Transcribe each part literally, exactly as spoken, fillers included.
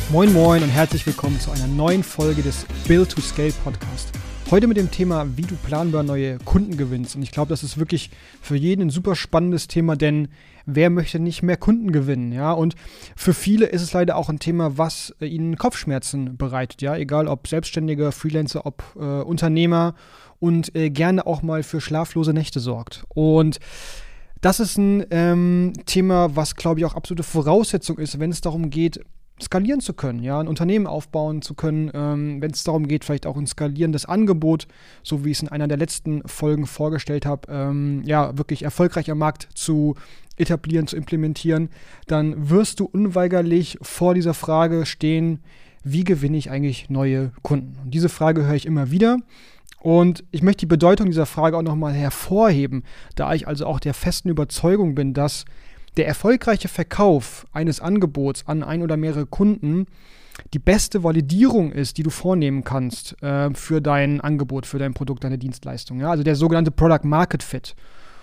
Moin Moin und herzlich willkommen zu einer neuen Folge des Build to Scale Podcast. Heute mit dem Thema, wie du planbar neue Kunden gewinnst. Und ich glaube, das ist wirklich für jeden ein super spannendes Thema, denn wer möchte nicht mehr Kunden gewinnen? Ja? Und für viele ist es leider auch ein Thema, was äh, ihnen Kopfschmerzen bereitet. Ja? Egal ob Selbstständiger, Freelancer, ob äh, Unternehmer und äh, gerne auch mal für schlaflose Nächte sorgt. Und das ist ein ähm, Thema, was, glaube ich, auch absolute Voraussetzung ist, wenn es darum geht, skalieren zu können, ja, ein Unternehmen aufbauen zu können, ähm, wenn es darum geht, vielleicht auch ein skalierendes Angebot, so wie ich es in einer der letzten Folgen vorgestellt habe, ähm, ja, wirklich erfolgreich am Markt zu etablieren, zu implementieren, dann wirst du unweigerlich vor dieser Frage stehen, wie gewinne ich eigentlich neue Kunden? Und diese Frage höre ich immer wieder. Und ich möchte die Bedeutung dieser Frage auch nochmal hervorheben, da ich also auch der festen Überzeugung bin, dass der erfolgreiche Verkauf eines Angebots an ein oder mehrere Kunden die beste Validierung ist, die du vornehmen kannst äh, für dein Angebot, für dein Produkt, deine Dienstleistung. Ja? Also der sogenannte Product Market Fit.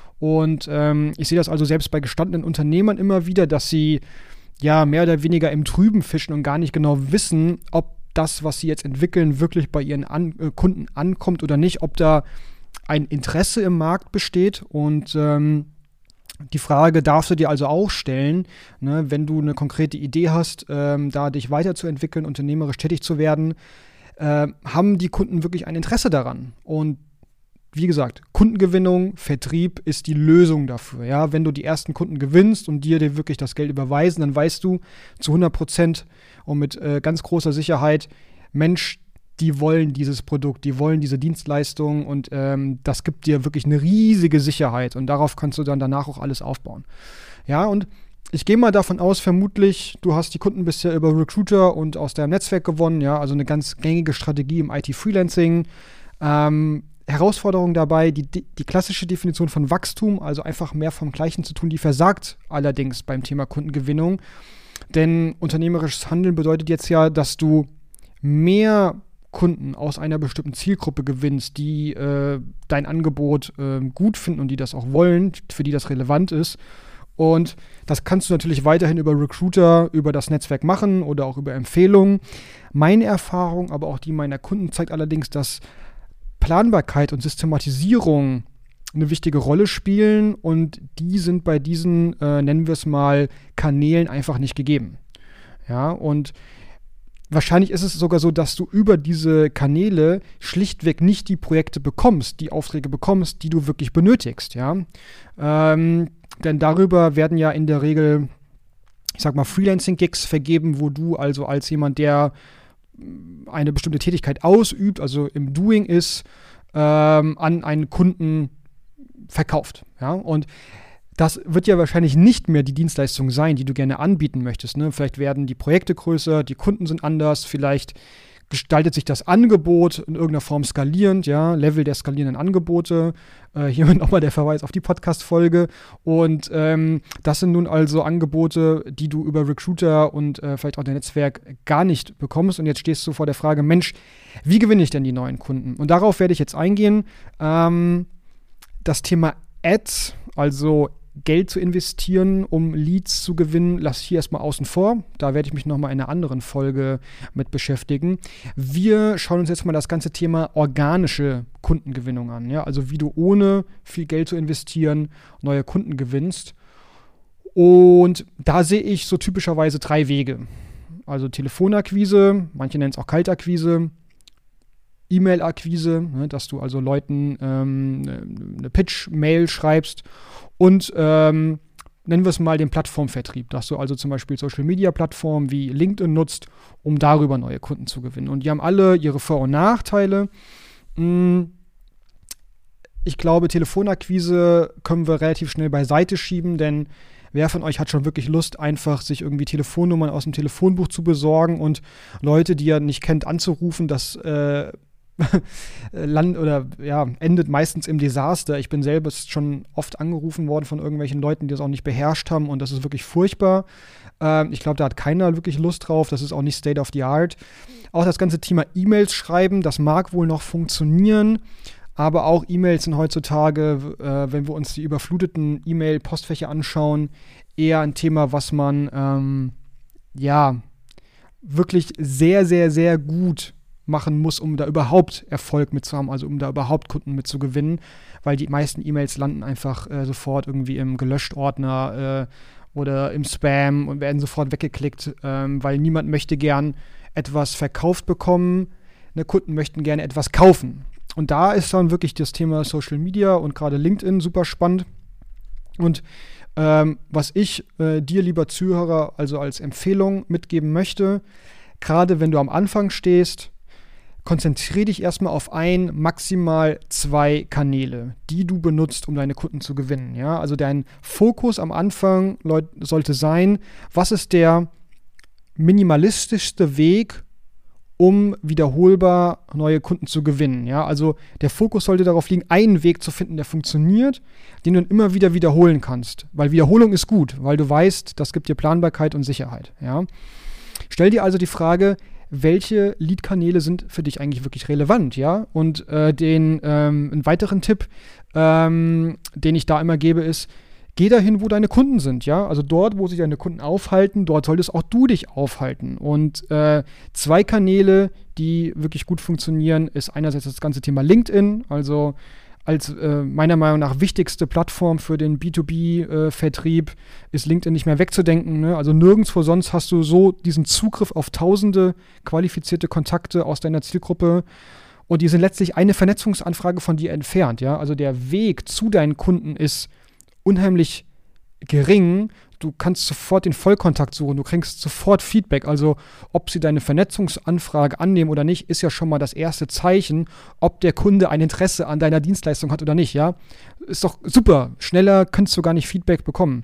Und ähm, ich sehe das also selbst bei gestandenen Unternehmern immer wieder, dass sie ja mehr oder weniger im Trüben fischen und gar nicht genau wissen, ob das, was sie jetzt entwickeln, wirklich bei ihren An- äh, Kunden ankommt oder nicht, ob da ein Interesse im Markt besteht. Und ähm, die Frage darfst du dir also auch stellen, ne, wenn du eine konkrete Idee hast, ähm, da dich weiterzuentwickeln, unternehmerisch tätig zu werden, äh, haben die Kunden wirklich ein Interesse daran? Und wie gesagt, Kundengewinnung, Vertrieb ist die Lösung dafür. Ja? Wenn du die ersten Kunden gewinnst und dir, dir wirklich das Geld überweisen, dann weißt du zu hundert Prozent und mit äh, ganz großer Sicherheit, Mensch, die wollen dieses Produkt, die wollen diese Dienstleistung und ähm, das gibt dir wirklich eine riesige Sicherheit und darauf kannst du dann danach auch alles aufbauen. Ja, und ich gehe mal davon aus, vermutlich, du hast die Kunden bisher über Recruiter und aus deinem Netzwerk gewonnen, ja, also eine ganz gängige Strategie im I T-Freelancing. Ähm, Herausforderung dabei, die, die klassische Definition von Wachstum, also einfach mehr vom Gleichen zu tun, die versagt allerdings beim Thema Kundengewinnung. Denn unternehmerisches Handeln bedeutet jetzt ja, dass du mehr Kunden aus einer bestimmten Zielgruppe gewinnst, die äh, dein Angebot äh, gut finden und die das auch wollen, für die das relevant ist. Und das kannst du natürlich weiterhin über Recruiter, über das Netzwerk machen oder auch über Empfehlungen. Meine Erfahrung, aber auch die meiner Kunden, zeigt allerdings, dass Planbarkeit und Systematisierung eine wichtige Rolle spielen und die sind bei diesen, äh, nennen wir es mal, Kanälen einfach nicht gegeben. Ja, und wahrscheinlich ist es sogar so, dass du über diese Kanäle schlichtweg nicht die Projekte bekommst, die Aufträge bekommst, die du wirklich benötigst, ja. Ähm, denn darüber werden ja in der Regel, ich sag mal, Freelancing-Gigs vergeben, wo du also als jemand, der eine bestimmte Tätigkeit ausübt, also im Doing ist, ähm, an einen Kunden verkauft, ja. Und das wird ja wahrscheinlich nicht mehr die Dienstleistung sein, die du gerne anbieten möchtest. Ne? Vielleicht werden die Projekte größer, die Kunden sind anders, vielleicht gestaltet sich das Angebot in irgendeiner Form skalierend, ja, Level der skalierenden Angebote. Äh, hiermit nochmal der Verweis auf die Podcast-Folge. Und ähm, das sind nun also Angebote, die du über Recruiter und äh, vielleicht auch dein Netzwerk gar nicht bekommst. Und jetzt stehst du vor der Frage, Mensch, wie gewinne ich denn die neuen Kunden? Und darauf werde ich jetzt eingehen. Ähm, das Thema Ads, also Geld zu investieren, um Leads zu gewinnen, lasse ich hier erstmal außen vor. Da werde ich mich nochmal in einer anderen Folge mit beschäftigen. Wir schauen uns jetzt mal das ganze Thema organische Kundengewinnung an. Ja? Also wie du ohne viel Geld zu investieren neue Kunden gewinnst. Und da sehe ich so typischerweise drei Wege. Also Telefonakquise, manche nennen es auch Kaltakquise, E-Mail-Akquise, ne, dass du also Leuten ähm, eine Pitch-Mail schreibst und ähm, nennen wir es mal den Plattformvertrieb, dass du also zum Beispiel Social-Media-Plattformen wie LinkedIn nutzt, um darüber neue Kunden zu gewinnen. Und die haben alle ihre Vor- und Nachteile. Ich glaube, Telefonakquise können wir relativ schnell beiseite schieben, denn wer von euch hat schon wirklich Lust, einfach sich irgendwie Telefonnummern aus dem Telefonbuch zu besorgen und Leute, die er nicht kennt, anzurufen, das äh, Land oder ja, endet meistens im Desaster. Ich bin selber schon oft angerufen worden von irgendwelchen Leuten, die das auch nicht beherrscht haben und das ist wirklich furchtbar. Ähm, ich glaube, da hat keiner wirklich Lust drauf. Das ist auch nicht State of the Art. Auch das ganze Thema E-Mails schreiben, das mag wohl noch funktionieren, aber auch E-Mails sind heutzutage, äh, wenn wir uns die überfluteten E-Mail-Postfächer anschauen, eher ein Thema, was man ähm, ja wirklich sehr, sehr, sehr gut machen muss, um da überhaupt Erfolg mit zu haben, also um da überhaupt Kunden mit zu gewinnen, weil die meisten E-Mails landen einfach äh, sofort irgendwie im Gelöscht-Ordner äh, oder im Spam und werden sofort weggeklickt, ähm, weil niemand möchte gern etwas verkauft bekommen, ne, Kunden möchten gerne etwas kaufen. Und da ist dann wirklich das Thema Social Media und gerade LinkedIn super spannend. Und ähm, was ich äh, dir, lieber Zuhörer, also als Empfehlung mitgeben möchte, gerade wenn du am Anfang stehst, konzentriere dich erstmal auf ein, maximal zwei Kanäle, die du benutzt, um deine Kunden zu gewinnen. Ja? Also dein Fokus am Anfang Leut, sollte sein, was ist der minimalistischste Weg, um wiederholbar neue Kunden zu gewinnen. Ja? Also der Fokus sollte darauf liegen, einen Weg zu finden, der funktioniert, den du dann immer wieder wiederholen kannst. Weil Wiederholung ist gut, weil du weißt, das gibt dir Planbarkeit und Sicherheit. Ja? Stell dir also die Frage, welche Lead-Kanäle sind für dich eigentlich wirklich relevant, ja? Und äh, den, ähm, einen weiteren Tipp, ähm, den ich da immer gebe, ist, geh dahin, wo deine Kunden sind, ja? Also dort, wo sich deine Kunden aufhalten, dort solltest auch du dich aufhalten. Und äh, zwei Kanäle, die wirklich gut funktionieren, ist einerseits das ganze Thema LinkedIn, also als äh, meiner Meinung nach wichtigste Plattform für den B zwei B-Vertrieb äh, ist LinkedIn nicht mehr wegzudenken. Ne? Also nirgendwo sonst hast du so diesen Zugriff auf tausende qualifizierte Kontakte aus deiner Zielgruppe und die sind letztlich eine Vernetzungsanfrage von dir entfernt. Ja? Also der Weg zu deinen Kunden ist unheimlich gering. Du kannst sofort den Vollkontakt suchen, du kriegst sofort Feedback. Also ob sie deine Vernetzungsanfrage annehmen oder nicht, ist ja schon mal das erste Zeichen, ob der Kunde ein Interesse an deiner Dienstleistung hat oder nicht. Ja, ist doch super. Schneller könntest du gar nicht Feedback bekommen.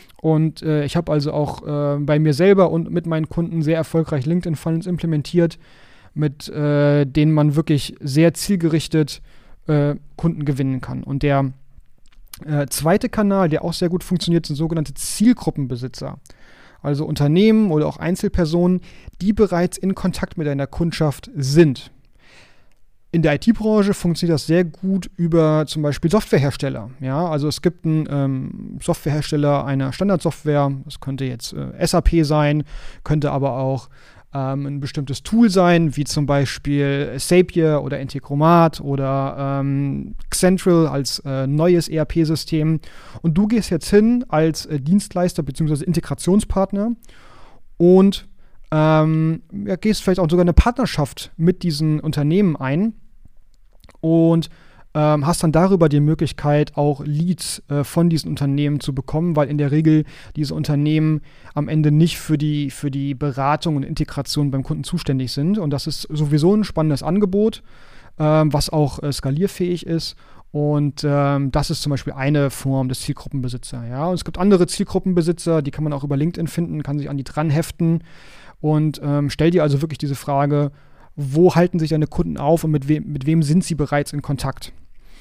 Und äh, ich habe also auch äh, bei mir selber und mit meinen Kunden sehr erfolgreich LinkedIn-Funnels implementiert, mit äh, denen man wirklich sehr zielgerichtet äh, Kunden gewinnen kann. Und der Äh, zweite Kanal, der auch sehr gut funktioniert, sind sogenannte Zielgruppenbesitzer. Also Unternehmen oder auch Einzelpersonen, die bereits in Kontakt mit deiner Kundschaft sind. In der I T-Branche funktioniert das sehr gut über zum Beispiel Softwarehersteller. Ja, also es gibt einen ähm, Softwarehersteller einer Standardsoftware, das könnte jetzt äh, S A P sein, könnte aber auch ähm, ein bestimmtes Tool sein, wie zum Beispiel Zapier oder Integromat oder ähm, Xentral als äh, neues E R P-System. Und du gehst jetzt hin als äh, Dienstleister bzw. Integrationspartner und ähm, ja, gehst vielleicht auch sogar eine Partnerschaft mit diesen Unternehmen ein und ähm, hast dann darüber die Möglichkeit, auch Leads äh, von diesen Unternehmen zu bekommen, weil in der Regel diese Unternehmen am Ende nicht für die, für die Beratung und Integration beim Kunden zuständig sind. Und das ist sowieso ein spannendes Angebot, ähm, was auch äh, skalierfähig ist. Und ähm, das ist zum Beispiel eine Form des Zielgruppenbesitzer. Ja? Und es gibt andere Zielgruppenbesitzer, die kann man auch über LinkedIn finden, kann sich an die dran heften. Und ähm, stell dir also wirklich diese Frage, wo halten sich deine Kunden auf und mit wem, mit wem sind sie bereits in Kontakt?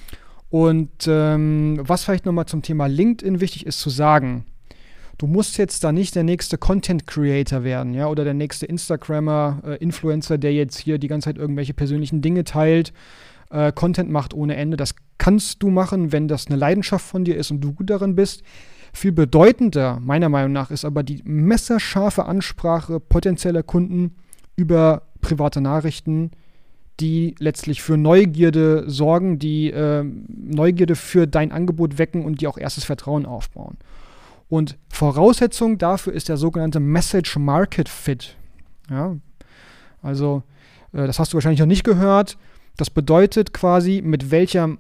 Und ähm, was vielleicht nochmal zum Thema LinkedIn wichtig ist zu sagen, du musst jetzt da nicht der nächste Content Creator werden, ja, oder der nächste Instagrammer, äh, Influencer, der jetzt hier die ganze Zeit irgendwelche persönlichen Dinge teilt, äh, Content macht ohne Ende. Das kannst du machen, wenn das eine Leidenschaft von dir ist und du gut darin bist. Viel bedeutender, meiner Meinung nach, ist aber die messerscharfe Ansprache potenzieller Kunden über private Nachrichten, die letztlich für Neugierde sorgen, die äh, Neugierde für dein Angebot wecken und die auch erstes Vertrauen aufbauen. Und Voraussetzung dafür ist der sogenannte Message Market Fit. Ja? Also, äh, das hast du wahrscheinlich noch nicht gehört. Das bedeutet quasi, mit welcher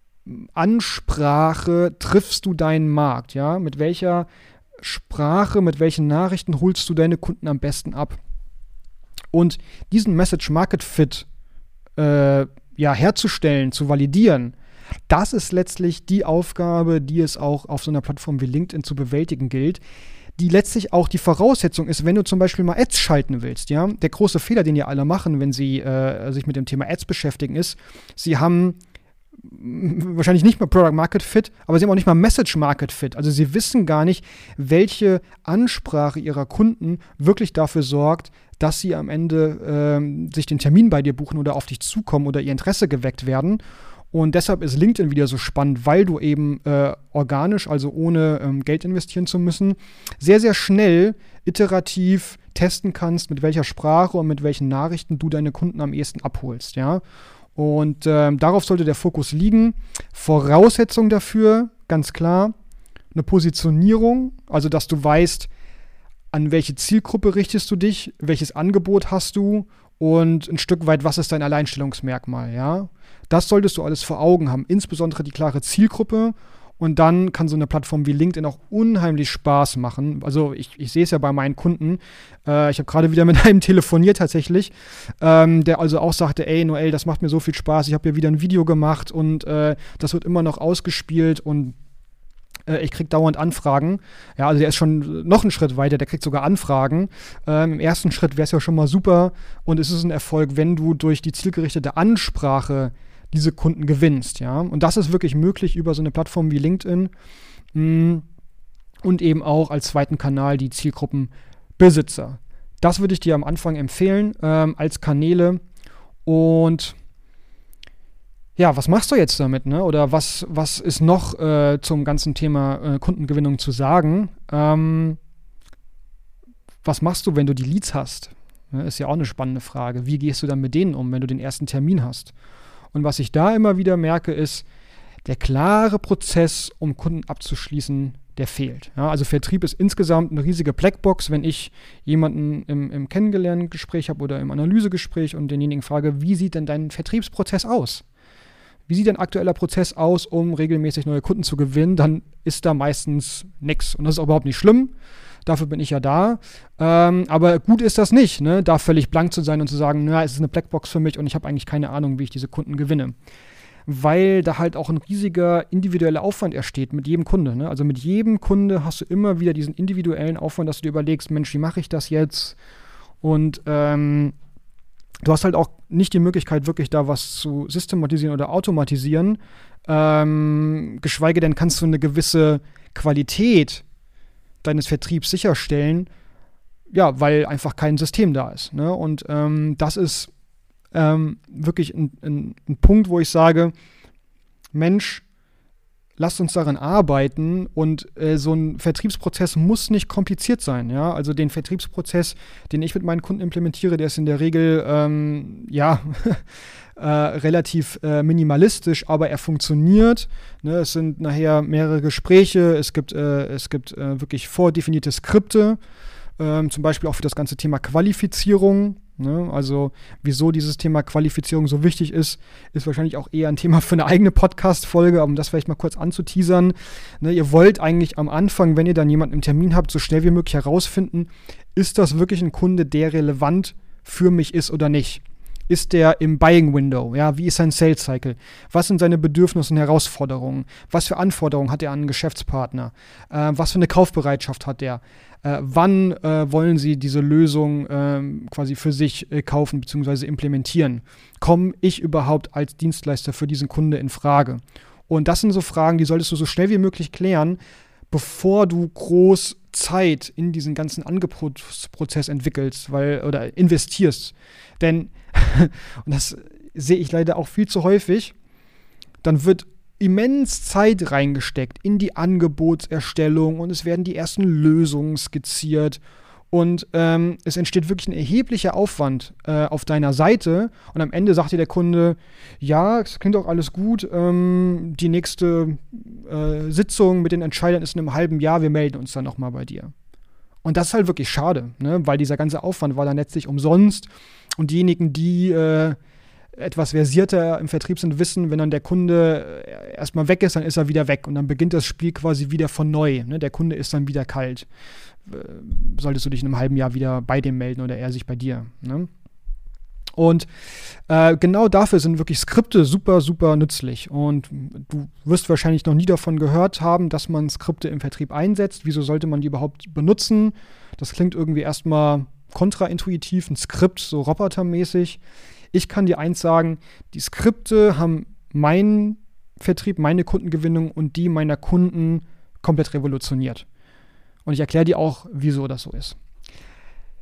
Ansprache triffst du deinen Markt? Ja? Mit welcher Sprache, mit welchen Nachrichten holst du deine Kunden am besten ab? Und diesen Message Market Fit Äh, ja, herzustellen, zu validieren, das ist letztlich die Aufgabe, die es auch auf so einer Plattform wie LinkedIn zu bewältigen gilt, die letztlich auch die Voraussetzung ist, wenn du zum Beispiel mal Ads schalten willst. Ja? Der große Fehler, den ja alle machen, wenn sie äh, sich mit dem Thema Ads beschäftigen, ist, sie haben wahrscheinlich nicht mal Product Market Fit, aber sie haben auch nicht mal Message Market Fit. Also sie wissen gar nicht, welche Ansprache ihrer Kunden wirklich dafür sorgt, dass sie am Ende ähm, sich den Termin bei dir buchen oder auf dich zukommen oder ihr Interesse geweckt werden. Und deshalb ist LinkedIn wieder so spannend, weil du eben äh, organisch, also ohne ähm, Geld investieren zu müssen, sehr, sehr schnell iterativ testen kannst, mit welcher Sprache und mit welchen Nachrichten du deine Kunden am ehesten abholst, ja. Und ähm, darauf sollte der Fokus liegen. Voraussetzung dafür, ganz klar, eine Positionierung, also dass du weißt, an welche Zielgruppe richtest du dich, welches Angebot hast du und ein Stück weit, was ist dein Alleinstellungsmerkmal, ja. Das solltest du alles vor Augen haben, insbesondere die klare Zielgruppe. Und dann kann so eine Plattform wie LinkedIn auch unheimlich Spaß machen. Also ich, ich sehe es ja bei meinen Kunden. Äh, ich habe gerade wieder mit einem telefoniert tatsächlich, ähm, der also auch sagte, ey Noel, das macht mir so viel Spaß. Ich habe hier wieder ein Video gemacht und äh, das wird immer noch ausgespielt und äh, ich kriege dauernd Anfragen. Ja, also der ist schon noch einen Schritt weiter, der kriegt sogar Anfragen. Ähm, Im ersten Schritt wäre es ja schon mal super und es ist ein Erfolg, wenn du durch die zielgerichtete Ansprache diese Kunden gewinnst, ja. Und das ist wirklich möglich über so eine Plattform wie LinkedIn mh, und eben auch als zweiten Kanal die Zielgruppenbesitzer. Das würde ich dir am Anfang empfehlen ähm, als Kanäle. Und ja, was machst du jetzt damit, ne? Oder was, was ist noch äh, zum ganzen Thema äh, Kundengewinnung zu sagen? Ähm, was machst du, wenn du die Leads hast? Ne, ist ja auch eine spannende Frage. Wie gehst du dann mit denen um, wenn du den ersten Termin hast? Und was ich da immer wieder merke, ist, der klare Prozess, um Kunden abzuschließen, der fehlt. Ja, also Vertrieb ist insgesamt eine riesige Blackbox. Wenn ich jemanden im, im Kennenlerngespräch habe oder im Analysegespräch und denjenigen frage, wie sieht denn dein Vertriebsprozess aus? Wie sieht dein aktueller Prozess aus, um regelmäßig neue Kunden zu gewinnen? Dann ist da meistens nichts. Und das ist auch überhaupt nicht schlimm. Dafür bin ich ja da. Ähm, aber gut ist das nicht, ne? Da völlig blank zu sein und zu sagen, na, es ist eine Blackbox für mich und ich habe eigentlich keine Ahnung, wie ich diese Kunden gewinne. Weil da halt auch ein riesiger individueller Aufwand entsteht mit jedem Kunde, ne? Also mit jedem Kunde hast du immer wieder diesen individuellen Aufwand, dass du dir überlegst, Mensch, wie mache ich das jetzt? Und ähm, du hast halt auch nicht die Möglichkeit, wirklich da was zu systematisieren oder automatisieren. Ähm, geschweige denn kannst du eine gewisse Qualität deines Vertriebs sicherstellen, ja, weil einfach kein System da ist, ne? Und ähm, das ist ähm, wirklich ein, ein, ein Punkt, wo ich sage, Mensch, lasst uns daran arbeiten und äh, so ein Vertriebsprozess muss nicht kompliziert sein, ja, also den Vertriebsprozess, den ich mit meinen Kunden implementiere, der ist in der Regel, ähm, ja, äh, relativ äh, minimalistisch, aber er funktioniert, ne? Es sind nachher mehrere Gespräche, es gibt, äh, es gibt äh, wirklich vordefinierte Skripte, ähm, zum Beispiel auch für das ganze Thema Qualifizierung. Ne? Also wieso dieses Thema Qualifizierung so wichtig ist, ist wahrscheinlich auch eher ein Thema für eine eigene Podcast-Folge, um das vielleicht mal kurz anzuteasern. Ne, ihr wollt eigentlich am Anfang, wenn ihr dann jemanden im Termin habt, so schnell wie möglich herausfinden, ist das wirklich ein Kunde, der relevant für mich ist oder nicht? Ist der im Buying Window? Ja, wie ist sein Sales Cycle? Was sind seine Bedürfnisse und Herausforderungen? Was für Anforderungen hat er an einen Geschäftspartner? Äh, was für eine Kaufbereitschaft hat er? Äh, wann äh, wollen Sie diese Lösung äh, quasi für sich äh, kaufen bzw. implementieren? Komme ich überhaupt als Dienstleister für diesen Kunde in Frage? Und das sind so Fragen, die solltest du so schnell wie möglich klären, bevor du groß Zeit in diesen ganzen Angebotsprozess entwickelst, weil oder investierst. Denn, und das sehe ich leider auch viel zu häufig, dann wird immens Zeit reingesteckt in die Angebotserstellung und es werden die ersten Lösungen skizziert und ähm, es entsteht wirklich ein erheblicher Aufwand äh, auf deiner Seite und am Ende sagt dir der Kunde, ja, es klingt auch alles gut, ähm, die nächste äh, Sitzung mit den Entscheidern ist in einem halben Jahr, wir melden uns dann nochmal bei dir. Und das ist halt wirklich schade, ne? Weil dieser ganze Aufwand war dann letztlich umsonst und diejenigen, die äh, etwas versierter im Vertrieb sind, wissen, wenn dann der Kunde erstmal weg ist, dann ist er wieder weg und dann beginnt das Spiel quasi wieder von neu. Ne? Der Kunde ist dann wieder kalt. Solltest du dich in einem halben Jahr wieder bei dem melden oder er sich bei dir. Ne? Und äh, genau dafür sind wirklich Skripte super, super nützlich. Und du wirst wahrscheinlich noch nie davon gehört haben, dass man Skripte im Vertrieb einsetzt. Wieso sollte man die überhaupt benutzen? Das klingt irgendwie erstmal kontraintuitiv, ein Skript, so robotermäßig. Ich kann dir eins sagen, die Skripte haben meinen Vertrieb, meine Kundengewinnung und die meiner Kunden komplett revolutioniert. Und ich erkläre dir auch, wieso das so ist.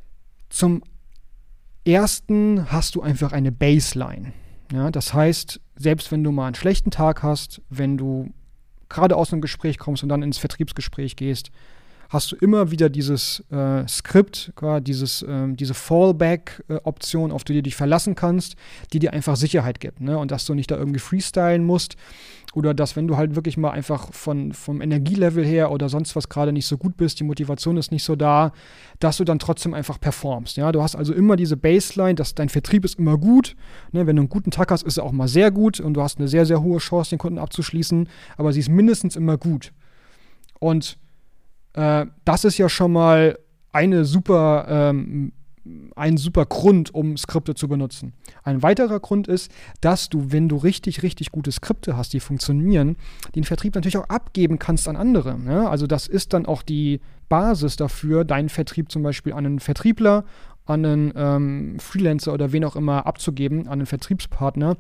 Zum Ersten hast du einfach eine Baseline. Ja, das heißt, selbst wenn du mal einen schlechten Tag hast, wenn du gerade aus einem Gespräch kommst und dann ins Vertriebsgespräch gehst, hast du immer wieder dieses äh, Skript, dieses, äh, diese Fallback-Option, auf die du dich verlassen kannst, die dir einfach Sicherheit gibt, ne? Und dass du nicht da irgendwie freestylen musst oder dass, wenn du halt wirklich mal einfach von, vom Energielevel her oder sonst was gerade nicht so gut bist, die Motivation ist nicht so da, dass du dann trotzdem einfach performst, ja? Du hast also immer diese Baseline, dass dein Vertrieb ist immer gut, ne? Wenn du einen guten Tag hast, ist er auch mal sehr gut und du hast eine sehr, sehr hohe Chance, den Kunden abzuschließen, aber sie ist mindestens immer gut. Und Äh, das ist ja schon mal eine super, ähm, ein super Grund, um Skripte zu benutzen. Ein weiterer Grund ist, dass du, wenn du richtig, richtig gute Skripte hast, die funktionieren, den Vertrieb natürlich auch abgeben kannst an andere. Ne? Also das ist dann auch die Basis dafür, deinen Vertrieb zum Beispiel an einen Vertriebler, an einen ähm, Freelancer oder wen auch immer abzugeben, an einen Vertriebspartner,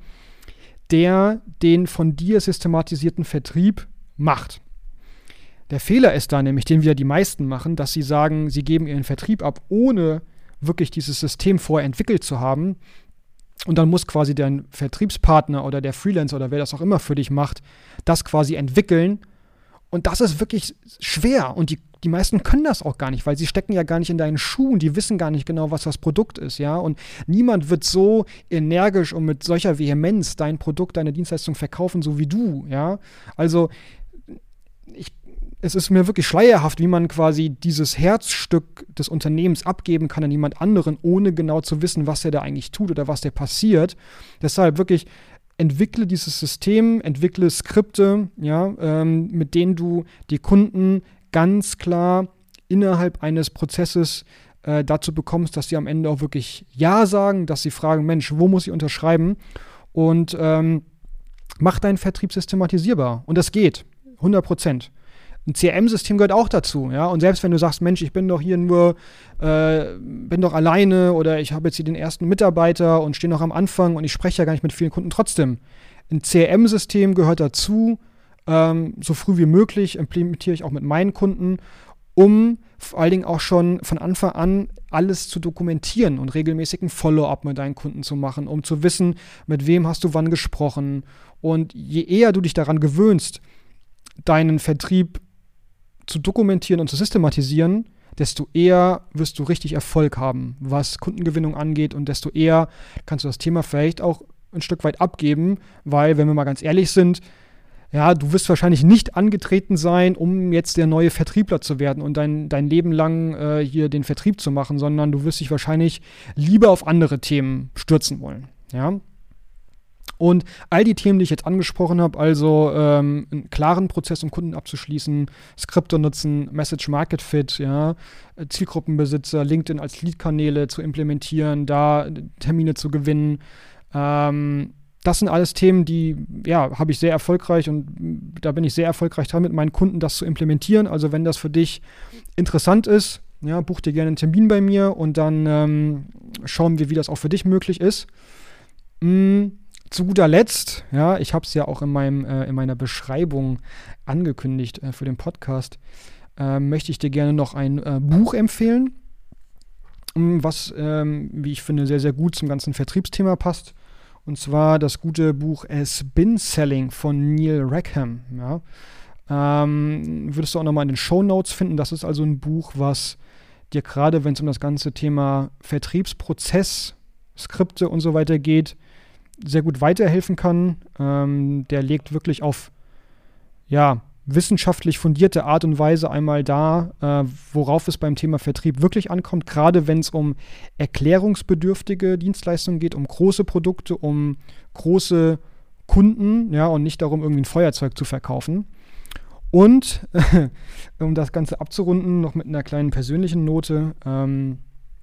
der den von dir systematisierten Vertrieb macht. Der Fehler ist da nämlich, den wir die meisten machen, dass sie sagen, sie geben ihren Vertrieb ab, ohne wirklich dieses System vorher entwickelt zu haben. Und dann muss quasi dein Vertriebspartner oder der Freelancer oder wer das auch immer für dich macht, das quasi entwickeln. Und das ist wirklich schwer. Und die, die meisten können das auch gar nicht, weil sie stecken ja gar nicht in deinen Schuhen. Die wissen gar nicht genau, was das Produkt ist, ja. Und niemand wird so energisch und mit solcher Vehemenz dein Produkt, deine Dienstleistung verkaufen, so wie du, ja. Also ich Es ist mir wirklich schleierhaft, wie man quasi dieses Herzstück des Unternehmens abgeben kann an jemand anderen, ohne genau zu wissen, was er da eigentlich tut oder was da passiert. Deshalb wirklich entwickle dieses System, entwickle Skripte, ja, ähm, mit denen du die Kunden ganz klar innerhalb eines Prozesses äh, dazu bekommst, dass sie am Ende auch wirklich Ja sagen, dass sie fragen, Mensch, wo muss ich unterschreiben? Und ähm, mach deinen Vertrieb systematisierbar. Und das geht, hundert Prozent. Ein C R M-System gehört auch dazu, ja. Und selbst wenn du sagst, Mensch, ich bin doch hier nur, äh, bin doch alleine oder ich habe jetzt hier den ersten Mitarbeiter und stehe noch am Anfang und ich spreche ja gar nicht mit vielen Kunden, trotzdem. Ein C R M-System gehört dazu, ähm, so früh wie möglich implementiere ich auch mit meinen Kunden, um vor allen Dingen auch schon von Anfang an alles zu dokumentieren und regelmäßig ein Follow-up mit deinen Kunden zu machen, um zu wissen, mit wem hast du wann gesprochen. Und je eher du dich daran gewöhnst, deinen Vertrieb zu dokumentieren und zu systematisieren, desto eher wirst du richtig Erfolg haben, was Kundengewinnung angeht, und desto eher kannst du das Thema vielleicht auch ein Stück weit abgeben, weil, wenn wir mal ganz ehrlich sind, ja, du wirst wahrscheinlich nicht angetreten sein, um jetzt der neue Vertriebler zu werden und dein, dein Leben lang äh, hier den Vertrieb zu machen, sondern du wirst dich wahrscheinlich lieber auf andere Themen stürzen wollen, ja. Und all die Themen, die ich jetzt angesprochen habe, also ähm, einen klaren Prozess, um Kunden abzuschließen, Skripte nutzen, Message Market Fit, ja, Zielgruppenbesitzer, LinkedIn als Lead-Kanäle zu implementieren, da Termine zu gewinnen, ähm, das sind alles Themen, die, ja, habe ich sehr erfolgreich und da bin ich sehr erfolgreich dran, mit meinen Kunden das zu implementieren. Also wenn das für dich interessant ist, ja, buch dir gerne einen Termin bei mir und dann ähm, schauen wir, wie das auch für dich möglich ist. Mm. Zu guter Letzt, ja, ich habe es ja auch in, meinem, äh, in meiner Beschreibung angekündigt äh, für den Podcast, äh, möchte ich dir gerne noch ein äh, Buch empfehlen, was, ähm, wie ich finde, sehr, sehr gut zum ganzen Vertriebsthema passt. Und zwar das gute Buch Spin Selling von Neil Rackham. Ja. Ähm, würdest du auch nochmal in den Shownotes finden. Das ist also ein Buch, was dir gerade, wenn es um das ganze Thema Vertriebsprozess, Skripte und so weiter geht, sehr gut weiterhelfen kann. Ähm, der legt wirklich auf, ja, wissenschaftlich fundierte Art und Weise einmal dar, äh, worauf es beim Thema Vertrieb wirklich ankommt, gerade wenn es um erklärungsbedürftige Dienstleistungen geht, um große Produkte, um große Kunden, ja, und nicht darum, irgendwie ein Feuerzeug zu verkaufen. Und um das Ganze abzurunden, noch mit einer kleinen persönlichen Note, ähm,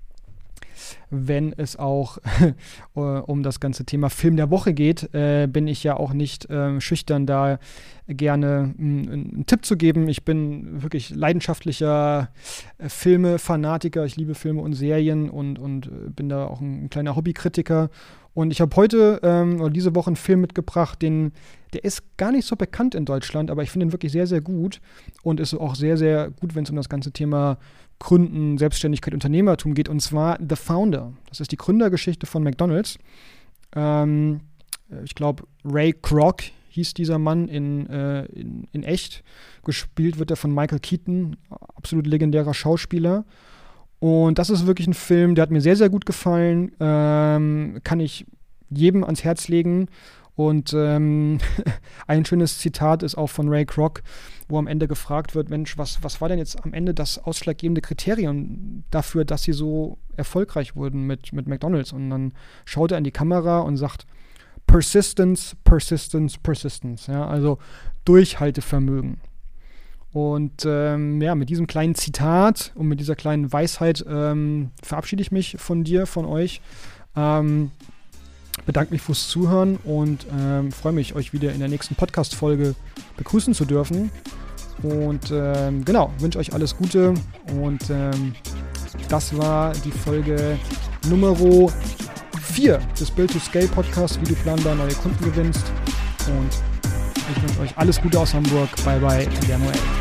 wenn es auch um das ganze Thema Film der Woche geht, äh, bin ich ja auch nicht äh, schüchtern, da gerne m, einen Tipp zu geben. Ich bin wirklich leidenschaftlicher äh, Filme-Fanatiker. Ich liebe Filme und Serien und, und äh, bin da auch ein, ein kleiner Hobbykritiker. Und ich habe heute ähm, oder diese Woche einen Film mitgebracht, den, der ist gar nicht so bekannt in Deutschland, aber ich finde ihn wirklich sehr, sehr gut und ist auch sehr, sehr gut, wenn es um das ganze Thema Gründen, Selbstständigkeit, Unternehmertum geht, und zwar The Founder. Das ist die Gründergeschichte von McDonald's. Ähm, ich glaube, Ray Kroc hieß dieser Mann in, äh, in, in echt. Gespielt wird er von Michael Keaton, absolut legendärer Schauspieler. Und das ist wirklich ein Film, der hat mir sehr, sehr gut gefallen. Ähm, kann ich jedem ans Herz legen. Und ähm, ein schönes Zitat ist auch von Ray Kroc, wo am Ende gefragt wird, Mensch, was, was war denn jetzt am Ende das ausschlaggebende Kriterium dafür, dass sie so erfolgreich wurden mit, mit McDonald's? Und dann schaut er in die Kamera und sagt, Persistence, Persistence, Persistence. Ja, also Durchhaltevermögen. Und ähm, ja, mit diesem kleinen Zitat und mit dieser kleinen Weisheit ähm, verabschiede ich mich von dir, von euch. Ähm, bedanke mich fürs Zuhören und ähm, freue mich, euch wieder in der nächsten Podcast-Folge begrüßen zu dürfen. Und ähm, genau, wünsche euch alles Gute. Und ähm, das war die Folge Nummer vier des Build to Scale Podcasts, wie du planbar neue Kunden gewinnst. Und ich wünsche euch alles Gute aus Hamburg. Bye bye, der Noel.